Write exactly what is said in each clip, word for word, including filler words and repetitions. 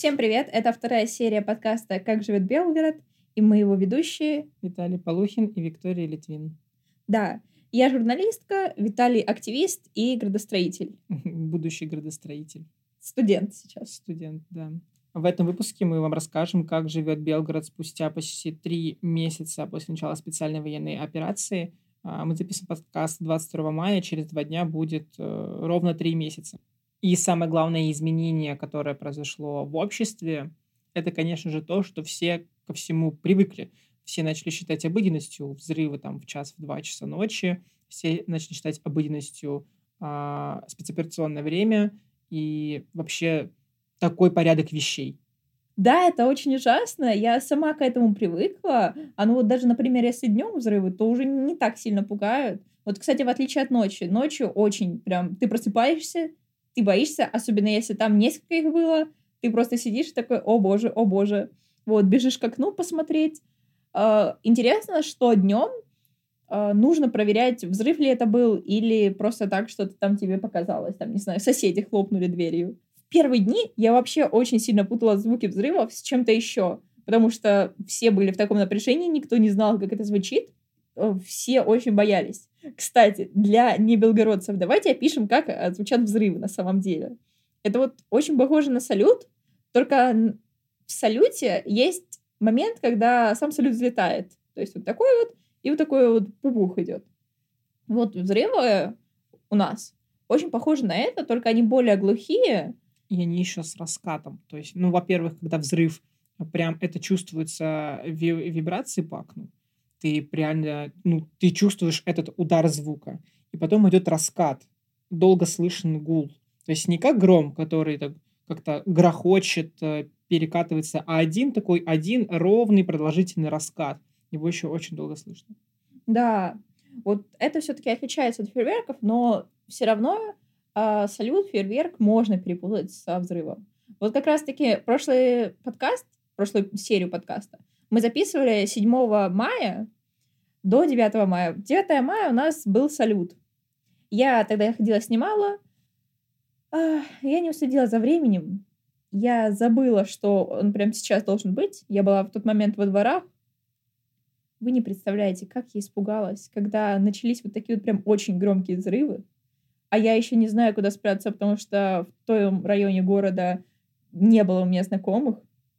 Всем привет! Это вторая серия подкаста «Как живет Белгород», и мы его ведущие. Виталий Полухин и Виктория Литвин. Да, я журналистка, Виталий активист и градостроитель. Будущий градостроитель. Студент сейчас. Студент, да. В этом выпуске мы вам расскажем, как живет Белгород спустя почти три месяца после начала специальной военной операции. А, Мы записываем подкаст двадцать второго мая, через два дня будет э, ровно три месяца. И самое главное изменение, которое произошло в обществе, это, конечно же, то, что все ко всему привыкли. Все начали считать обыденностью взрывы там в час, в два часа ночи. Все начали считать обыденностью а, спецоперационное время и вообще такой порядок вещей. Да, это очень ужасно. Я сама к этому привыкла. А ну вот даже, например, если днем взрывы, то уже не так сильно пугают. Вот, кстати, в отличие от ночи. Ночью очень прям ты просыпаешься, ты боишься, особенно если там несколько их было. Ты просто сидишь и такой: о боже, о боже. Вот, бежишь к окну посмотреть. А, Интересно, что днем а, нужно проверять, взрыв ли это был, или просто так что-то там тебе показалось. Там, не знаю, соседи хлопнули дверью. В первые дни я вообще очень сильно путала звуки взрывов с чем-то еще, потому что все были в таком напряжении, никто не знал, как это звучит. Э, Все очень боялись. Кстати, для небелгородцев давайте опишем, как э, звучат взрывы на самом деле. Это вот очень похоже на салют, только н- в салюте есть момент, когда сам салют взлетает. То есть вот такой вот, и вот такой вот пупух идет. Вот взрывы у нас очень похожи на это, только они более глухие. И они еще с раскатом. То есть, ну, во-первых, когда взрыв, а, прям это чувствуется ви- вибрации по окну. Ты реально, ну, ты чувствуешь этот удар звука. И потом идет раскат, долго слышный гул. То есть не как гром, который так как-то грохочет, э, перекатывается, а один такой, один ровный продолжительный раскат. Его еще очень долго слышно. Да, вот это все-таки отличается от фейерверков, но все равно а, салют, фейерверк можно перепутать со взрывом. Вот как раз-таки прошлый подкаст, прошлую серию подкаста мы записывали седьмого мая до девятого мая. девятого мая у нас был салют. Я тогда ходила, снимала. Ах, я не уследила за временем. Я забыла, что он прямо сейчас должен быть. Я была в тот момент во дворах. Вы не представляете, как я испугалась, когда начались вот такие вот прям очень громкие взрывы. А я еще не знаю, куда спрятаться, потому что в том районе города не было у меня знакомых.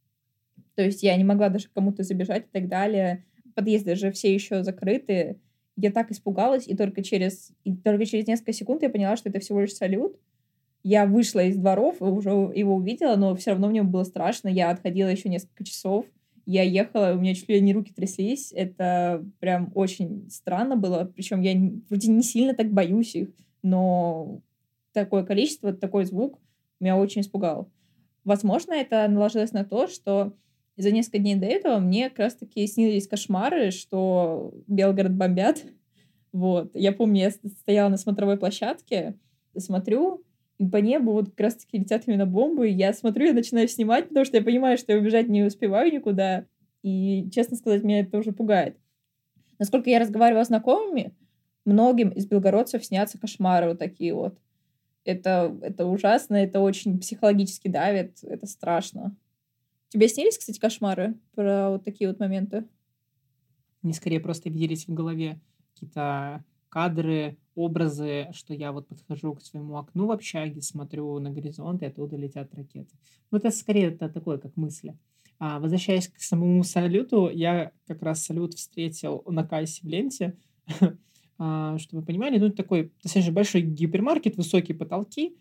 То есть я не могла даже к кому-то забежать и так далее. Подъезды же все еще закрыты. Я так испугалась, и только через, и только через несколько секунд я поняла, что это всего лишь салют. Я вышла из дворов и уже его увидела, но все равно мне было страшно. Я отходила еще несколько часов. Я ехала, у меня чуть ли не руки тряслись. Это прям очень странно было. Причем я н- вроде не сильно так боюсь их, но такое количество, такой звук меня очень испугал. Возможно, это наложилось на то, что за несколько дней до этого мне как раз-таки снились кошмары, что Белгород бомбят. Вот. Я помню, я с- стояла на смотровой площадке, смотрю, и по небу вот как раз-таки летят именно бомбы. Я смотрю, я начинаю снимать, потому что я понимаю, что я убежать не успеваю никуда. И, честно сказать, меня это уже пугает. Насколько я разговаривала с знакомыми, многим из белгородцев снятся кошмары вот такие вот. Это, это ужасно, это очень психологически давит, это страшно. Тебе снились, кстати, кошмары про вот такие вот моменты? Мне скорее просто виделись в голове какие-то кадры, образы, что я вот подхожу к своему окну в общаге, смотрю на горизонт, и оттуда летят ракеты. Ну, это скорее это такое, как мысли. А, возвращаясь к самому салюту, я как раз салют встретил на кассе в ленте. А, чтобы вы понимали, ну, это такой достаточно большой гипермаркет, высокие потолки.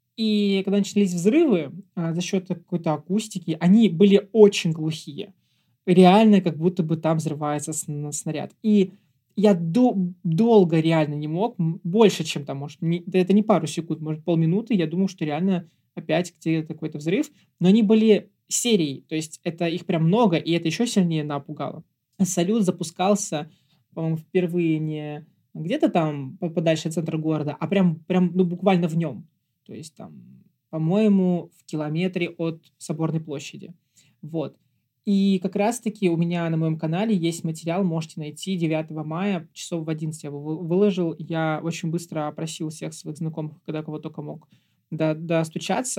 И когда начались взрывы, а, за счет какой-то акустики, они были очень глухие. Реально, как будто бы там взрывается сн снаряд. И я до долго реально не мог, м, больше, чем там, может, не да это не пару секунд, может, полминуты. Я думал, что реально опять где-то какой-то взрыв. Но они были серией, то есть это их прям много, и это еще сильнее напугало. Салют запускался, по-моему, впервые не где-то там по подальше от центра города, а прям прям, ну, буквально в нем. То есть там, по-моему, в километре от Соборной площади. Вот. И как раз-таки у меня на моем канале есть материал, можете найти девятого мая, часов в одиннадцать я его вы выложил. Я очень быстро опросил всех своих знакомых, когда кого только мог до достучаться.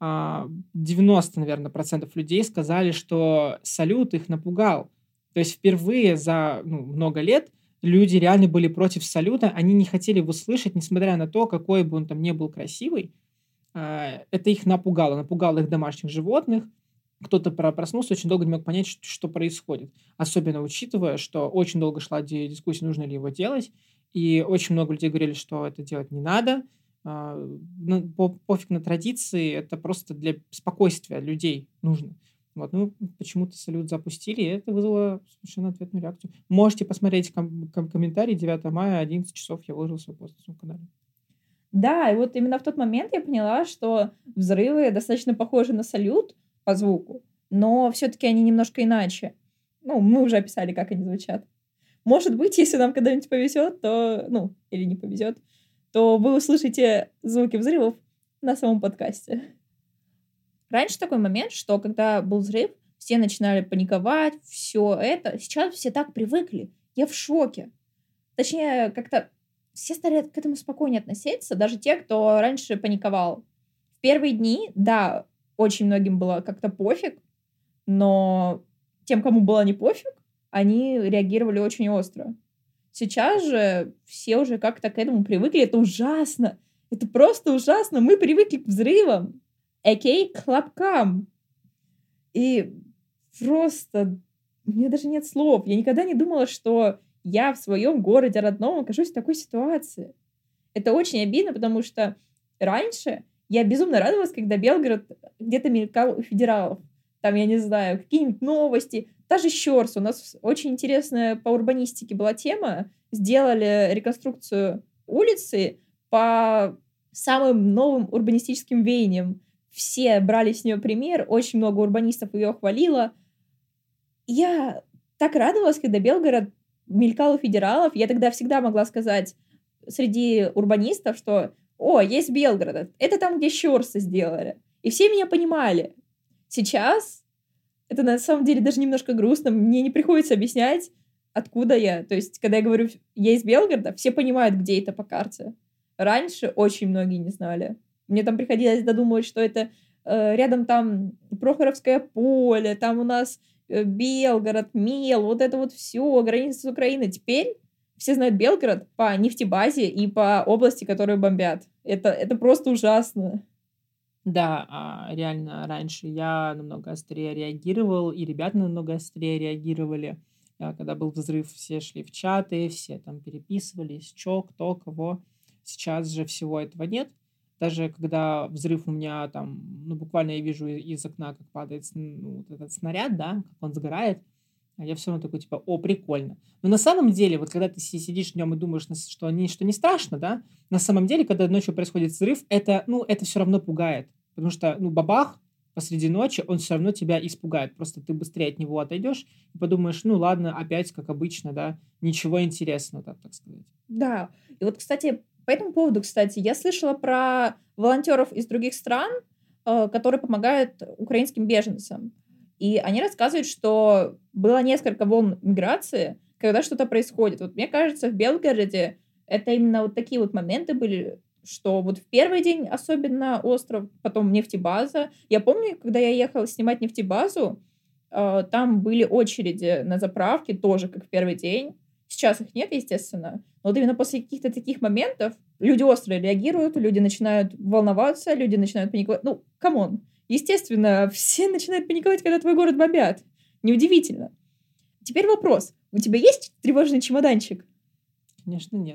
а, девяносто, наверное, процентов людей сказали, что салют их напугал. То есть впервые за ну, много лет люди реально были против салюта, они не хотели его слышать, несмотря на то, какой бы он там ни был красивый. А, Это их напугало, напугало их домашних животных. Кто-то про- проснулся, очень долго не мог понять, ш- что происходит. Особенно учитывая, что очень долго шла ди- дискуссия, нужно ли его делать. И очень много людей говорили, что это делать не надо. А, ну, по- пофиг на традиции, это просто для спокойствия людей нужно. Вот, ну, почему-то салют запустили, и это вызвало совершенно ответную реакцию. Можете посмотреть ком- ком- комментарий девятого мая, одиннадцать часов я выложил свой пост на своем канале. Да, и вот именно в тот момент я поняла, что взрывы достаточно похожи на салют по звуку, но все-таки они немножко иначе. Ну, мы уже описали, как они звучат. Может быть, если нам когда-нибудь повезет, то, ну, или не повезет, то вы услышите звуки взрывов на самом подкасте. Раньше такой момент, что когда был взрыв, все начинали паниковать, все это. Сейчас все так привыкли. Я в шоке. Точнее, как-то все стали к этому спокойнее относиться, даже те, кто раньше паниковал. В первые дни, да, очень многим было как-то пофиг, но тем, кому было не пофиг, они реагировали очень остро. Сейчас же все уже как-то к этому привыкли. Это ужасно. Это просто ужасно. Мы привыкли к взрывам, а.к.а. к хлопкам. И просто у меня даже нет слов. Я никогда не думала, что я в своем городе родном окажусь в такой ситуации. Это очень обидно, потому что раньше я безумно радовалась, когда Белгород где-то мелькал у федералов. Там, я не знаю, какие-нибудь новости. Даже Щорс. У нас очень интересная по урбанистике была тема. Сделали реконструкцию улицы по самым новым урбанистическим веяниям. Все брали с нее пример, очень много урбанистов ее хвалило. Я так радовалась, когда Белгород мелькал у федералов. Я тогда всегда могла сказать среди урбанистов, что «О, есть Белгород, это там, где Щорсы сделали». И все меня понимали. Сейчас это на самом деле даже немножко грустно. Мне не приходится объяснять, откуда я. То есть, когда я говорю «я из Белгорода», все понимают, где это по карте. Раньше очень многие не знали. Мне там приходилось додумывать, что это э, рядом там Прохоровское поле, там у нас э, Белгород, Мел, вот это вот все, граница с Украиной. Теперь все знают Белгород по нефтебазе и по области, которую бомбят. Это, это просто ужасно. Да, а, реально раньше я намного острее реагировал, и ребята намного острее реагировали. А, Когда был взрыв, все шли в чаты, все там переписывались, чё, кто, кого. Сейчас же всего этого нет. Даже когда взрыв у меня там, ну, буквально я вижу и- из окна, как падает сн- ну, вот этот снаряд, да, как он сгорает, а я все равно такой, типа, о, прикольно. Но на самом деле, вот когда ты си- сидишь в нем и думаешь, на с- что, не, что не страшно, да, на самом деле, когда ночью происходит взрыв, это, ну, это все равно пугает. Потому что, ну, бабах посреди ночи, он все равно тебя испугает. Просто ты быстрее от него отойдешь и подумаешь, ну, ладно, опять, как обычно, да, ничего интересного, так, так сказать. Да. И вот, кстати, по этому поводу, кстати, я слышала про волонтеров из других стран, э, которые помогают украинским беженцам. И они рассказывают, что было несколько волн миграции, когда что-то происходит. Вот мне кажется, в Белгороде это именно вот такие вот моменты были, что вот в первый день особенно остров, потом нефтебаза. Я помню, когда я ехала снимать нефтебазу, э, там были очереди на заправке тоже, как в первый день. Сейчас их нет, естественно. Но вот именно после каких-то таких моментов люди остро реагируют, люди начинают волноваться, люди начинают паниковать. Ну, камон. Естественно, все начинают паниковать, когда твой город бомбят. Неудивительно. Теперь вопрос. У тебя есть тревожный чемоданчик? Конечно, нет.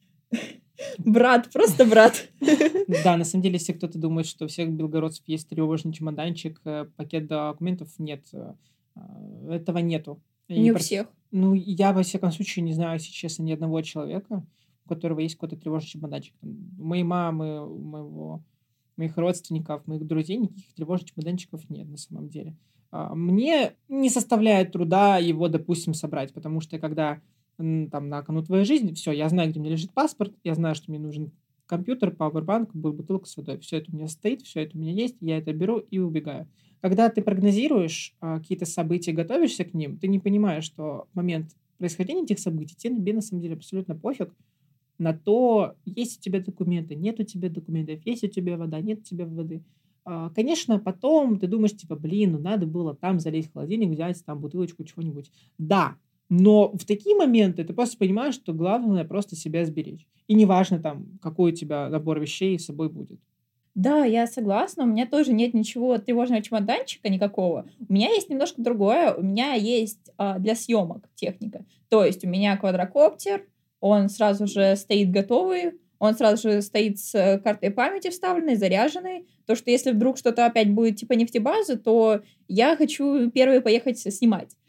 Брат, просто брат. Да, на самом деле, если кто-то думает, что у всех белгородцев есть тревожный чемоданчик, э, пакет документов, нет, э, а, этого нету. И Не у прос- всех. Ну, я, во всяком случае, не знаю, если честно, ни одного человека, у которого есть какой-то тревожный чемоданчик. Там, У моей мамы, у моего, моих родственников, моих друзей никаких тревожных чемоданчиков нет на самом деле. А, Мне не составляет труда его, допустим, собрать, потому что когда м, там на кону твоя жизнь, все, я знаю, где у меня лежит паспорт, я знаю, что мне нужен компьютер, пауэрбанк, бу- бутылка с водой. Все это у меня стоит, все это у меня есть, я это беру и убегаю. Когда ты прогнозируешь а, какие-то события, готовишься к ним, ты не понимаешь, что в момент происхождения этих событий тебе на самом деле абсолютно пофиг на то, есть у тебя документы, нет у тебя документов, есть у тебя вода, нет у тебя воды. А, конечно, потом ты думаешь, типа, блин, ну надо было там залезть в холодильник, взять там бутылочку чего-нибудь. Да, но в такие моменты ты просто понимаешь, что главное просто себя сберечь. И неважно там, какой у тебя набор вещей с собой будет. Да, я согласна. У меня тоже нет ничего тревожного чемоданчика никакого. У меня есть немножко другое. У меня есть а, для съемок техника. То есть у меня квадрокоптер, он сразу же стоит готовый, он сразу же стоит с э, картой памяти вставленной, заряженной. То, что если вдруг что-то опять будет типа нефтебазы, то я хочу первой поехать с- снимать.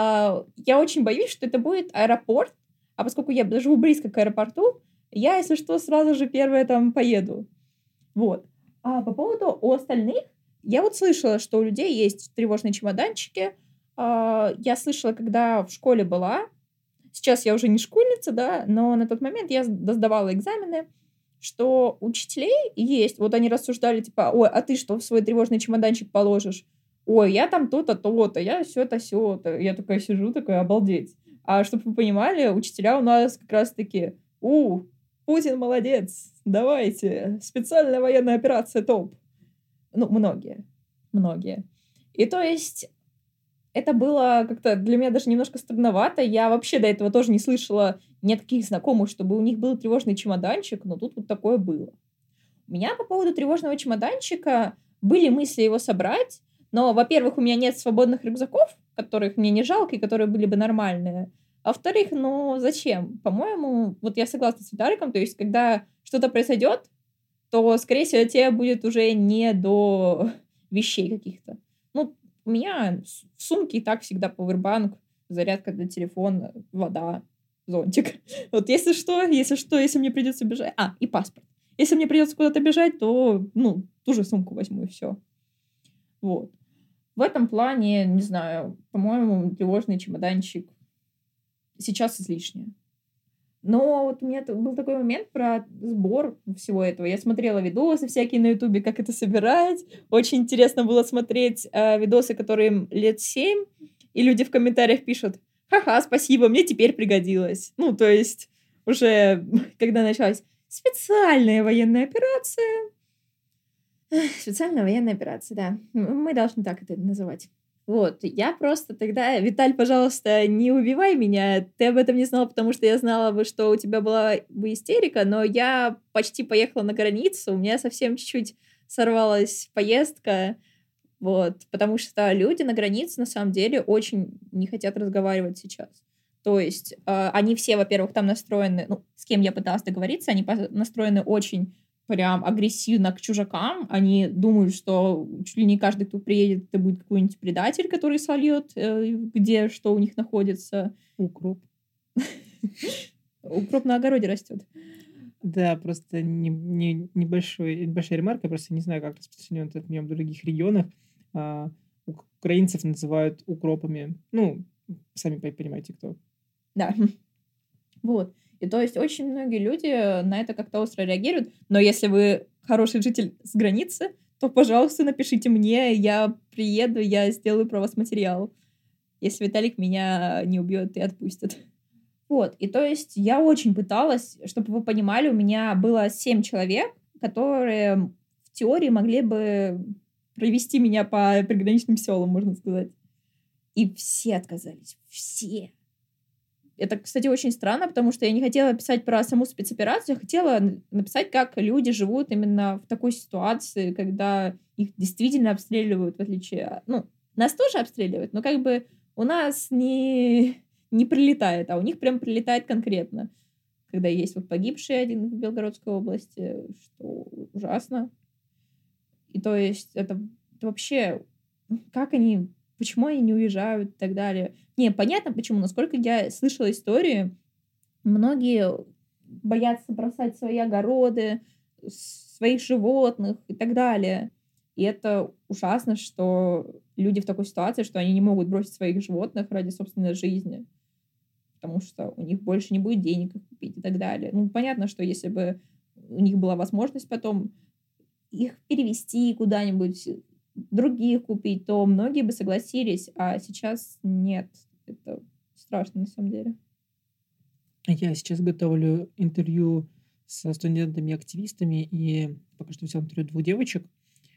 А я очень боюсь, что это будет аэропорт, а поскольку я живу близко к аэропорту, я, если что, сразу же первая там поеду. Вот. А по поводу у остальных, я вот слышала, что у людей есть тревожные чемоданчики. А, я слышала, когда в школе была, сейчас я уже не школьница, да, но на тот момент я сд- сдавала экзамены, что у учителей есть, вот они рассуждали, типа, ой, а ты что в свой тревожный чемоданчик положишь? Ой, я там то-то, то-то, я все-то, все-то. Я такая сижу, такая, обалдеть. А чтобы вы понимали, учителя у нас как раз-таки, у, Путин молодец, давайте, специальная военная операция топ. Ну, многие, многие. И то есть это было как-то для меня даже немножко странновато. Я вообще до этого тоже не слышала ни от каких знакомых, чтобы у них был тревожный чемоданчик, но тут вот такое было. У меня по поводу тревожного чемоданчика были мысли его собрать, но, во-первых, у меня нет свободных рюкзаков, которых мне не жалко и которые были бы нормальные. А во-вторых, ну зачем? По-моему, вот я согласна с Виталиком, то есть когда что-то произойдет, то, скорее всего, тебе будет уже не до вещей каких-то. Ну, у меня с- в сумке и так всегда пауэрбанк, зарядка для телефона, вода, зонтик. Вот если что, если что, если мне придется бежать... А, и паспорт. Если мне придется куда-то бежать, то, ну, ту же сумку возьму и все. Вот. В этом плане, не знаю, по-моему, тревожный чемоданчик сейчас излишне. Но вот у меня т- был такой момент про сбор всего этого. Я смотрела видосы всякие на Ютубе, как это собирать. Очень интересно было смотреть э, видосы, которым лет семь, и люди в комментариях пишут: «Ха-ха, спасибо, мне теперь пригодилось». Ну, то есть уже когда началась специальная военная операция. Специальная военная операция, да. М, Мы должны так это называть. Вот, я просто тогда... Виталь, пожалуйста, не убивай меня. Ты об этом не знала, потому что я знала бы, что у тебя была бы истерика, но я почти поехала на границу, у меня совсем чуть-чуть сорвалась поездка, вот, потому что люди на границе на самом деле очень не хотят разговаривать сейчас. То есть э, они все, во-первых, там настроены, ну, с кем я пыталась договориться, они пос- настроены очень прям агрессивно к чужакам. Они думают, что чуть ли не каждый, кто приедет, это будет какой-нибудь предатель, который сольет, э, где что у них находится. Укроп. Укроп на огороде растет. Да, просто не, не- небольшой, небольшая ремарка, просто не знаю, как распространен этот мем в других регионах. А, ук- украинцев называют укропами. Ну, сами по- понимаете, кто. Да. Вот. И то есть очень многие люди на это как-то остро реагируют. Но если вы хороший житель с границы, то, пожалуйста, напишите мне, я приеду, я сделаю про вас материал. Если Виталик меня не убьет и отпустит. Вот. И то есть я очень пыталась, чтобы вы понимали, у меня было семь человек, которые в теории могли бы провести меня по приграничным селам, можно сказать. И все отказались. Все. Это, кстати, очень странно, потому что я не хотела писать про саму спецоперацию, я хотела н- написать, как люди живут именно в такой ситуации, когда их действительно обстреливают, в отличие... от- Ну, нас тоже обстреливают, но как бы у нас не, не прилетает, а у них прям прилетает конкретно. Когда есть вот погибший один в Белгородской области, что ужасно. И то есть это, это вообще... Как они... Почему они не уезжают и так далее? Не, понятно почему. Насколько я слышала истории, многие боятся бросать свои огороды, своих животных и так далее. И это ужасно, что люди в такой ситуации, что они не могут бросить своих животных ради собственной жизни, потому что у них больше не будет денег их купить и так далее. Ну, понятно, что если бы у них была возможность потом их перевести куда-нибудь, других купить, то многие бы согласились, а сейчас нет. Это страшно на самом деле. Я сейчас готовлю интервью со студентами-активистами, и пока что взял интервью двух девочек.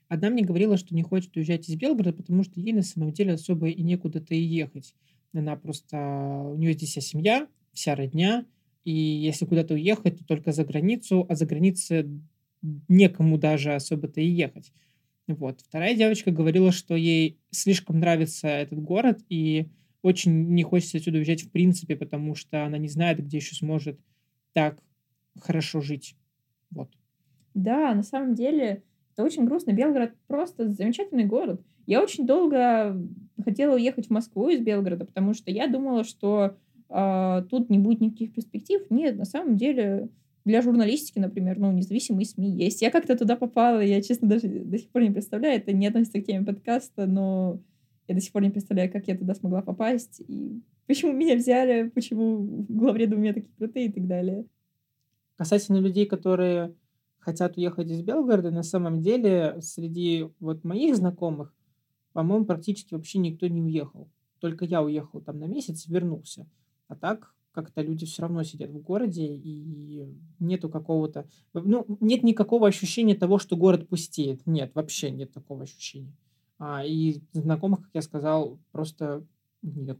Одна мне говорила, что не хочет уезжать из Белгорода, потому что ей на самом деле особо и некуда-то и ехать. Она просто у нее здесь вся семья, вся родня, и если куда-то уехать, то только за границу, а за границей некому даже особо-то и ехать. Вот. Вторая девочка говорила, что ей слишком нравится этот город, и очень не хочется отсюда уезжать в принципе, потому что она не знает, где еще сможет так хорошо жить. Вот. Да, на самом деле это очень грустно. Белгород просто замечательный город. Я очень долго хотела уехать в Москву из Белгорода, потому что я думала, что а, тут не будет никаких перспектив. Нет, на самом деле для журналистики, например, ну, независимые СМИ есть. Я как-то туда попала, я, честно, даже до сих пор не представляю, это не относится к теме подкаста, но я до сих пор не представляю, как я туда смогла попасть, и почему меня взяли, почему главреды у меня такие крутые и так далее. Касательно людей, которые хотят уехать из Белгорода, на самом деле среди вот моих знакомых, по-моему, практически вообще никто не уехал. Только я уехал там на месяц, вернулся. А так как-то люди все равно сидят в городе, и нету какого-то... Ну, нет никакого ощущения того, что город пустеет. Нет, вообще нет такого ощущения. А, и знакомых, как я сказал, просто нет.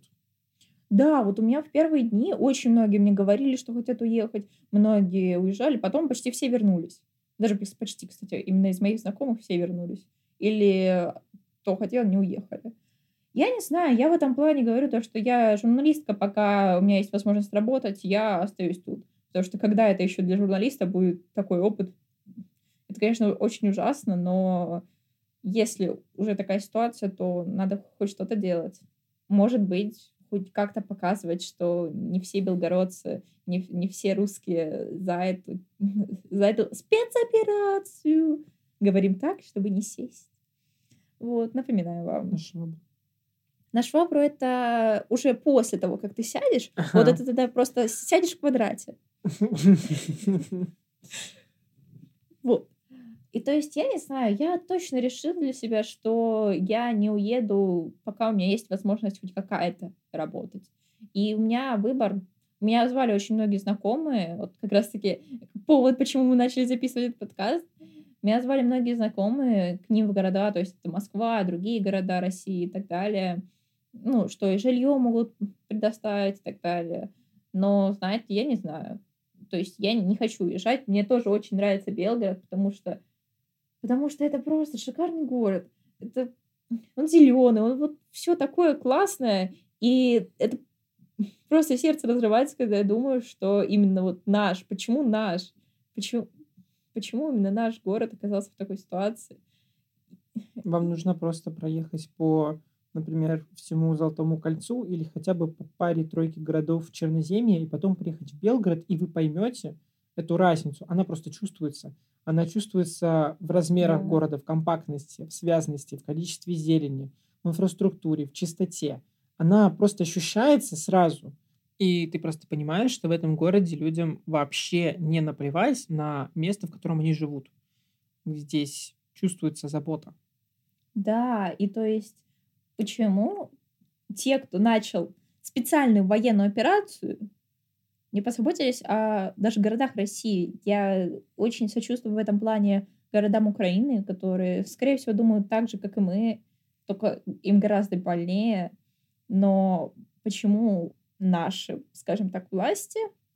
Да, вот у меня в первые дни очень многие мне говорили, что хотят уехать. Многие уезжали, потом почти все вернулись. Даже пис- почти, кстати, именно из моих знакомых все вернулись. Или кто хотел, не уехали. Я не знаю, я в этом плане говорю то, что я журналистка, пока у меня есть возможность работать, я остаюсь тут. Потому что когда это еще для журналиста будет такой опыт, это, конечно, очень ужасно, но если уже такая ситуация, то надо хоть что-то делать. Может быть, хоть как-то показывать, что не все белгородцы, не, не все русские за эту, за эту спецоперацию. Говорим так, чтобы не сесть. Вот, напоминаю вам. Хорошо. На швабру это уже после того, как ты сядешь. Вот Ага. это тогда просто сядешь в квадрате. Вот. И то есть, я не знаю, я точно решила для себя, что я не уеду, пока у меня есть возможность хоть какая-то работать. И у меня выбор. Меня звали очень многие знакомые. Вот как раз-таки повод, почему мы начали записывать этот подкаст. Меня звали многие знакомые к ним в города, то есть это Москва, другие города России и так далее. Ну, что и жилье могут предоставить и так далее. Но, знаете, я не знаю. То есть я не хочу уезжать. Мне тоже очень нравится Белгород, потому что Потому что это просто шикарный город. Это он зеленый, он вот все такое классное. И это просто сердце разрывается, когда я думаю, что именно вот наш, почему наш, почему, почему именно наш город оказался в такой ситуации. Вам нужно просто проехать по, например, всему Золотому кольцу или хотя бы по паре-тройке городов в Черноземье, и потом приехать в Белгород, и вы поймете эту разницу. Она просто чувствуется. Она чувствуется в размерах Да. города, в компактности, в связности, в количестве зелени, в инфраструктуре, в чистоте. Она просто ощущается сразу. И ты просто понимаешь, что в этом городе людям вообще не наплевать на место, в котором они живут. Здесь чувствуется забота. Да, и то есть почему те, кто начал специальную военную операцию, не позаботились о даже городах России. Я очень сочувствую в этом плане городам Украины, которые, скорее всего, думают так же, как и мы, только им гораздо больнее. Но почему наши, скажем так, власти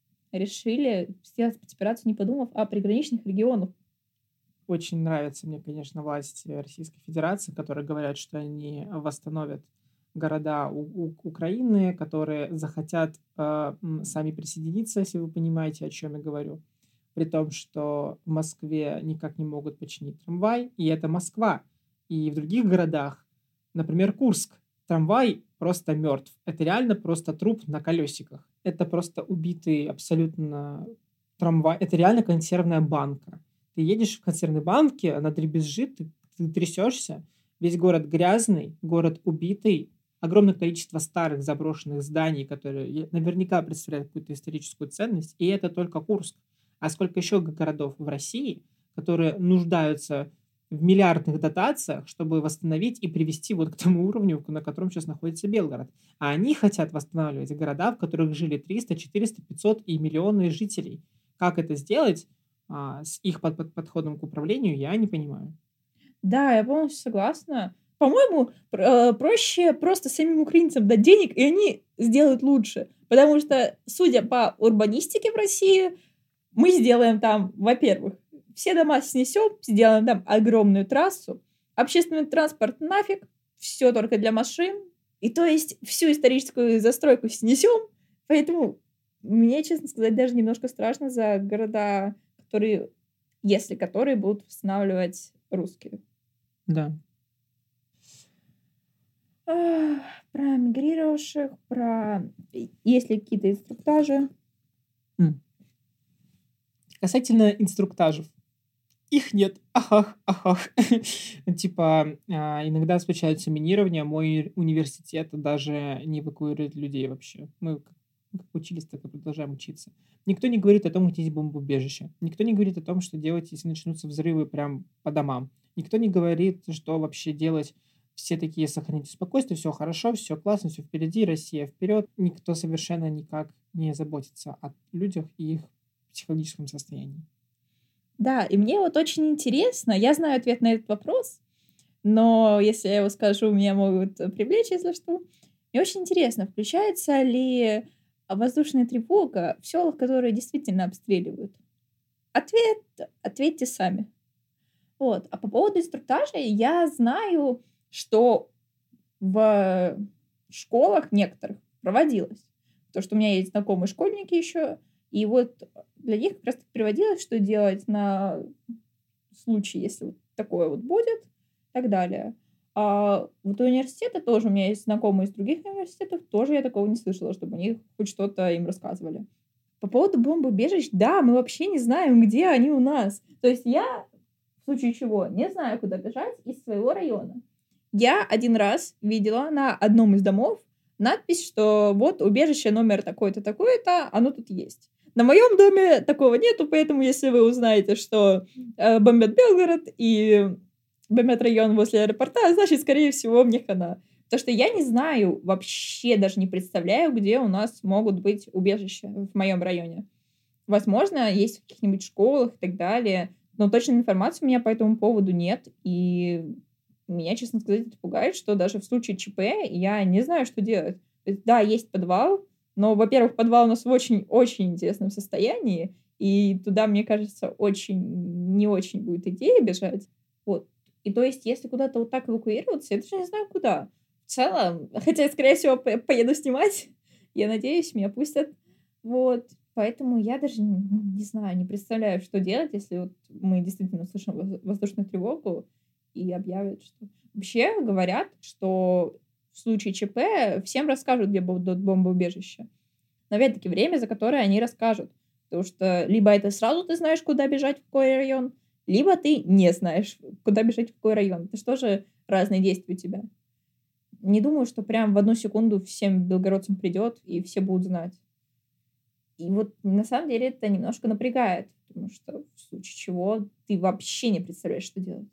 решили сделать спецоперацию, не подумав о приграничных регионах? Очень нравится мне, конечно, власти Российской Федерации, которые говорят, что они восстановят города у- у- Украины, которые захотят э, м, сами присоединиться, если вы понимаете, о чем я говорю. При том, что в Москве никак не могут починить трамвай, и это Москва. И в других городах, например, Курск, трамвай просто мертв. Это реально просто труп на колесиках. Это просто убитый абсолютно трамвай. Это реально консервная банка. Ты едешь в консервной банке, она дребезжит, ты, ты трясешься, весь город грязный, город убитый, огромное количество старых заброшенных зданий, которые е- наверняка представляют какую-то историческую ценность, и это только Курск. А сколько еще городов в России, которые нуждаются в миллиардных дотациях, чтобы восстановить и привести вот к тому уровню, на котором сейчас находится Белгород. А они хотят восстанавливать города, в которых жили триста, четыреста, пятьсот и миллионы жителей. Как это сделать? А, с их под под подходом к управлению, я не понимаю. Да, я полностью согласна. По-моему, пр э, проще просто самим украинцам дать денег, и они сделают лучше. Потому что, судя по урбанистике в России, мы сделаем там, во-первых, все дома снесем, сделаем там огромную трассу, общественный транспорт нафиг, все только для машин. И то есть всю историческую застройку снесем. Поэтому мне, честно сказать, даже немножко страшно за города, которые, если которые будут восстанавливать русские. Да. Ах, про мигрировавших, про и есть ли какие-то инструктажи? М. Касательно инструктажев. Их нет. Ахах, ахах. Типа, а, иногда случаются минирования. Мой университет даже не эвакуирует людей вообще. Мы как как учились, так и продолжаем учиться. Никто не говорит о том, где есть бомбоубежище. Никто не говорит о том, что делать, если начнутся взрывы прям по домам. Никто не говорит, что вообще делать. Все такие: сохраните спокойствие, все хорошо, все классно, все впереди, Россия вперед. Никто совершенно никак не заботится о людях и их психологическом состоянии. Да, и мне вот очень интересно, я знаю ответ на этот вопрос, но если я его скажу, меня могут э, привлечь, если что. Мне очень интересно, включается ли а, воздушная тревога в селах, которые действительно обстреливают? Ответ ответьте сами. Вот. А по поводу инструктажа я знаю, что в школах некоторых проводилось. То, что у меня есть знакомые школьники еще, и вот для них как раз таки приводилось, что делать на случай, если вот такое вот будет, и так далее. А вот у университета тоже у меня есть знакомые из других университетов, тоже я такого не слышала, чтобы они хоть что-то им рассказывали. По поводу бомбоубежищ, да, мы вообще не знаем, где они у нас. То есть я, в случае чего, не знаю, куда бежать из своего района. Я один раз видела на одном из домов надпись, что вот убежище номер такой-то, такой-то, оно тут есть. На моем доме такого нету, поэтому если вы узнаете, что э, бомбят Белгород и бомбят район возле аэропорта, значит, скорее всего, мне хана. Потому что я не знаю, вообще даже не представляю, где у нас могут быть убежища в моем районе. Возможно, есть в каких-нибудь школах и так далее, но точной информации у меня по этому поводу нет. И меня, честно сказать, это пугает, что даже в случае ЧП я не знаю, что делать. То есть, да, есть подвал, но, во-первых, подвал у нас в очень-очень интересном состоянии, и туда, мне кажется, очень не очень будет идея бежать. Вот. И то есть, если куда-то вот так эвакуироваться, я даже не знаю куда. В целом, хотя, скорее всего, по- поеду снимать, я надеюсь, меня пустят. Вот. Поэтому я даже не, не знаю, не представляю, что делать, если вот мы действительно слышим воз- воздушную тревогу и объявят, что... Вообще говорят, что в случае ЧП всем расскажут, где будут бомбоубежища. Но опять-таки время, за которое они расскажут. Потому что либо это сразу ты знаешь, куда бежать, в какой район, либо ты не знаешь, куда бежать, в какой район. Это что же разные действия у тебя. Не думаю, что прям в одну секунду всем белгородцам придет, и все будут знать. И вот на самом деле это немножко напрягает, потому что в случае чего ты вообще не представляешь, что делать.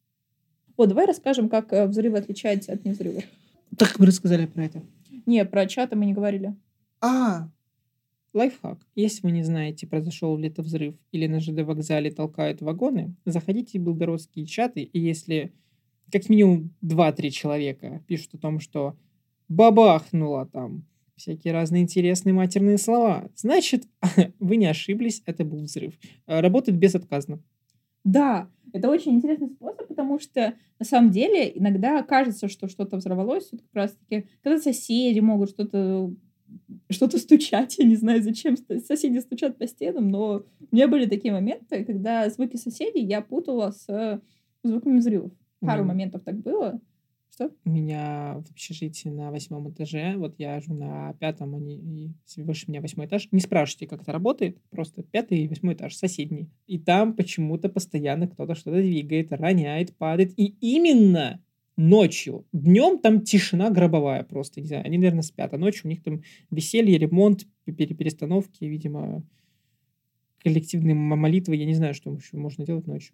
Вот, давай расскажем, как э, взрывы отличаются от невзрывов. Так мы рассказали про это. Не, про чаты мы не говорили. А, лайфхак. Если вы не знаете, произошел ли это взрыв или на ЖД вокзале толкают вагоны, заходите в белгородские чаты, и если как минимум два-три человека пишут о том, что бабахнуло там, всякие разные интересные матерные слова, значит, вы не ошиблись, это был взрыв. А, Работает безотказно. Да, это очень интересный способ, потому что на самом деле иногда кажется, что что-то взорвалось, вот как раз-таки, когда соседи могут что-то что-то стучать, я не знаю, зачем ст- соседи стучат по стенам, но у меня были такие моменты, когда звуки соседей я путала с э, звуками взрывов. У Пару меня, моментов так было. Что? у меня в общежитии на восьмом этаже, вот я живу на пятом, они, и с- выше меня восьмой этаж. Не спрашивайте, как это работает, просто пятый и восьмой этаж, соседний. И там почему-то постоянно кто-то что-то двигает, роняет, падает. И именно ночью. Днем там тишина гробовая просто, не знаю, они, наверное, спят, а ночью у них там веселье, ремонт, пере- перестановки, видимо, коллективные м- молитвы, я не знаю, что еще можно делать ночью.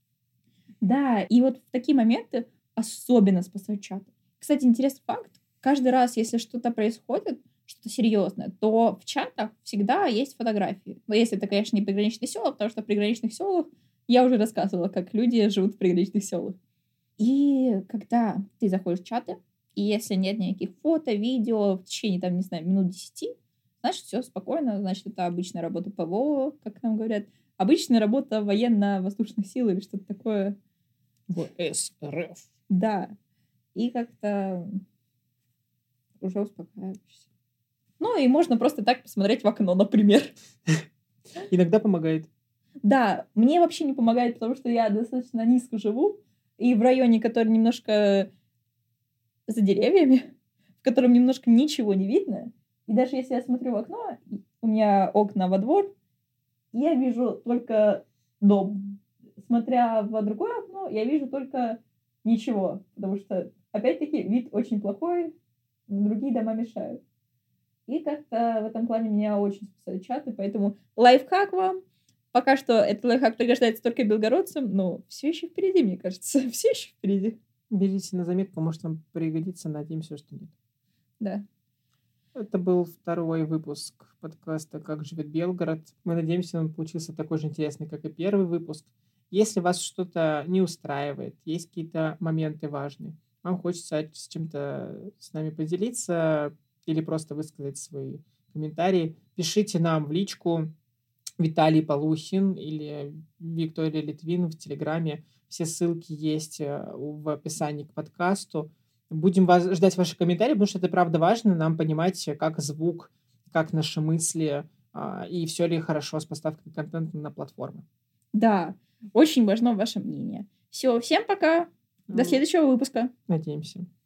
Да, и вот в такие моменты особенно спасают чаты. Кстати, интересный факт. Каждый раз, если что-то происходит, что-то серьезное, то в чатах всегда есть фотографии. Но если это, конечно, не приграничные села, потому что в приграничных селах я уже рассказывала, как люди живут в приграничных селах. И когда ты заходишь в чаты, и если нет никаких фото, видео в течение, там, не знаю, минут десяти, значит, все спокойно, значит, это обычная работа ПВО, как нам говорят, обычная работа военно-воздушных сил или что-то такое. ВСРФ. Да. И как-то уже успокаиваешься. Ну, и можно просто так посмотреть в окно, например. Иногда помогает. Да, мне вообще не помогает, потому что я достаточно низко живу, и в районе, который немножко за деревьями, в котором немножко ничего не видно. И даже если я смотрю в окно, у меня окна во двор, я вижу только дом. Смотря в другое окно, я вижу только ничего, потому что, опять-таки, вид очень плохой, другие дома мешают. И как-то в этом плане меня очень спасают чаты, поэтому лайфхак вам. Пока что этот лайфхак пригождается только белгородцам, но все еще впереди, мне кажется. Все еще впереди. Берите на заметку, может вам пригодится, надеемся, что нет. Да. Это был второй выпуск подкаста «Как живет Белгород». Мы надеемся, он получился такой же интересный, как и первый выпуск. Если вас что-то не устраивает, есть какие-то моменты важные, вам хочется с чем-то с нами поделиться или просто высказать свои комментарии, пишите нам в личку Виталий Полухин или Виктория Литвин в Телеграме. Все ссылки есть э, в описании к подкасту. Будем вас, ждать ваши комментарии, потому что это правда важно нам понимать, как звук, как наши мысли а, и все ли хорошо с поставкой контента на платформы. Да, очень важно ваше мнение. Все, всем пока. До Ну, следующего выпуска. надеемся.